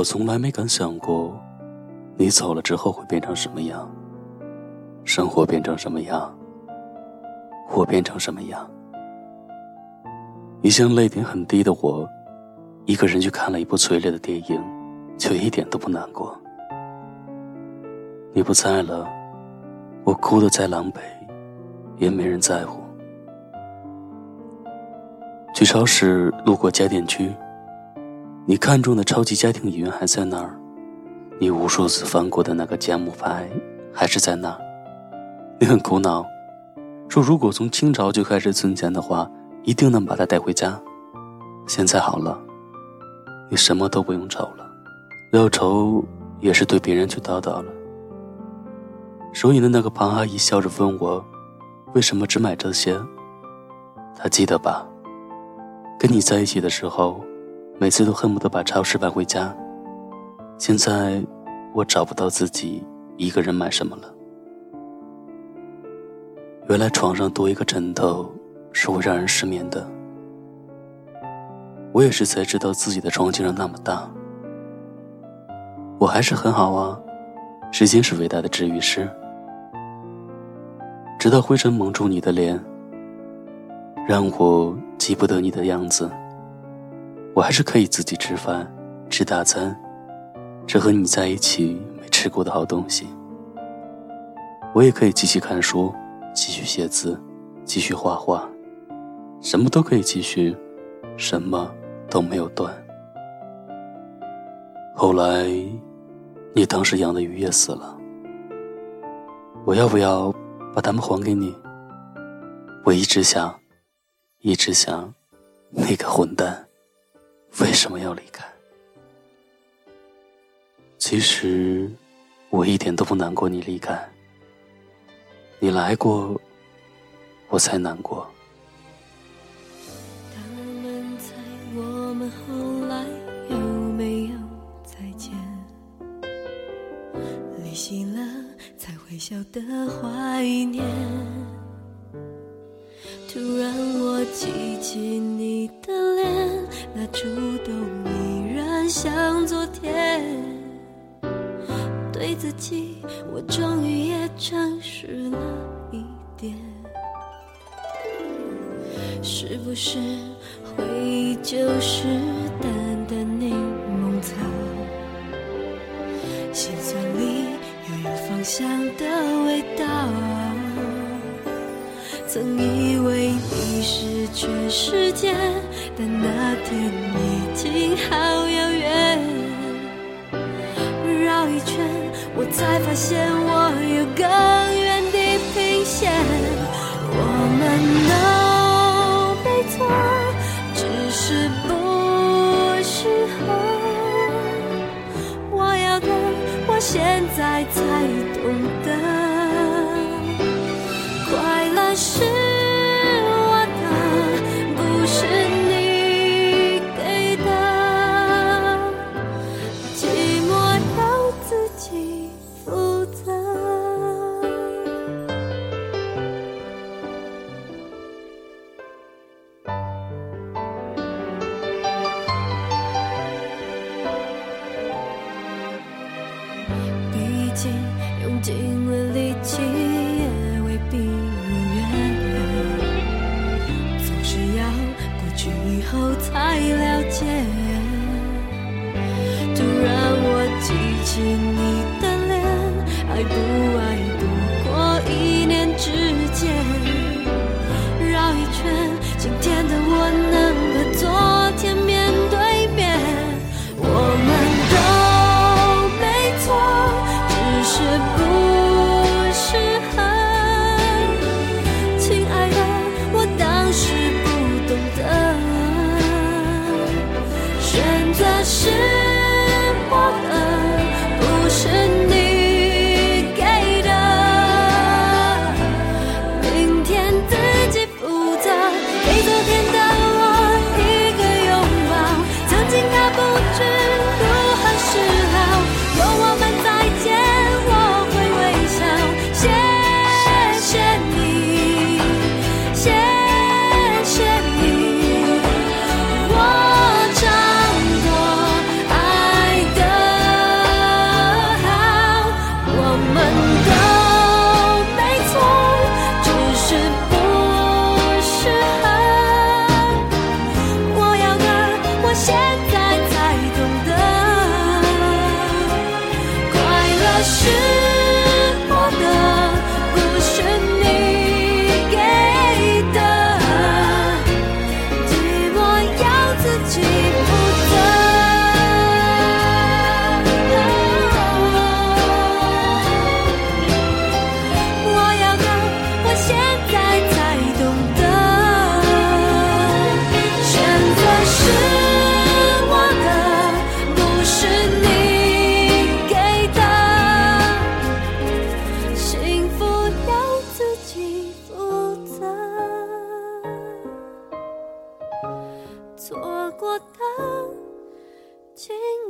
我从来没敢想过，你走了之后会变成什么样，生活变成什么样，我变成什么样。一向泪点很低的我，一个人去看了一部催泪的电影，却一点都不难过。你不在了，我哭得再狼狈，也没人在乎。去超市路过家电区，你看中的超级家庭影院还在那儿，你无数次翻过的那个佳木牌还是在那儿。你很苦恼，说如果从清朝就开始存钱的话，一定能把它带回家。现在好了，你什么都不用愁了，要愁也是对别人去叨叨了。收银的那个庞阿姨笑着问我，为什么只买这些？她记得吧，跟你在一起的时候，每次都恨不得把超市搬回家。现在我找不到自己一个人买什么了。原来床上多一个枕头是会让人失眠的。我也是才知道自己的床竟然那么大。我还是很好啊，时间是伟大的治愈师。直到灰尘蒙住你的脸，让我记不得你的样子，我还是可以自己吃饭，吃大餐，吃和你在一起没吃过的好东西。我也可以继续看书，继续写字，继续画画，什么都可以继续，什么都没有断。后来你当时养的鱼也死了，我要不要把它们还给你？我一直想那个混蛋为什么要离开。其实我一点都不难过你离开，你来过我才难过。 他们猜我们后来有没有再见，离席了才会晓得怀念。突然我记起你的脸，那触动依然像昨天。对自己我终于也诚实了一点。是不是回忆就是淡淡柠檬草，心酸里又有芳香的味道。曾以为你是全世界，但那天已经好遥远。绕一圈我才发现我有更远的平线。我们都没错，只是不适合。我要的我现在才懂得，快乐是我的，不是你给的，寂寞要自己负责。毕竟用尽了力气也未必如愿，总是要过去以后才了解。突然我记起你的脸，爱不爱不过一念之间。绕一圈，今天的我能和昨天面对面。我们都没错，只是不适合。亲爱的，我当时不懂得， 错过的经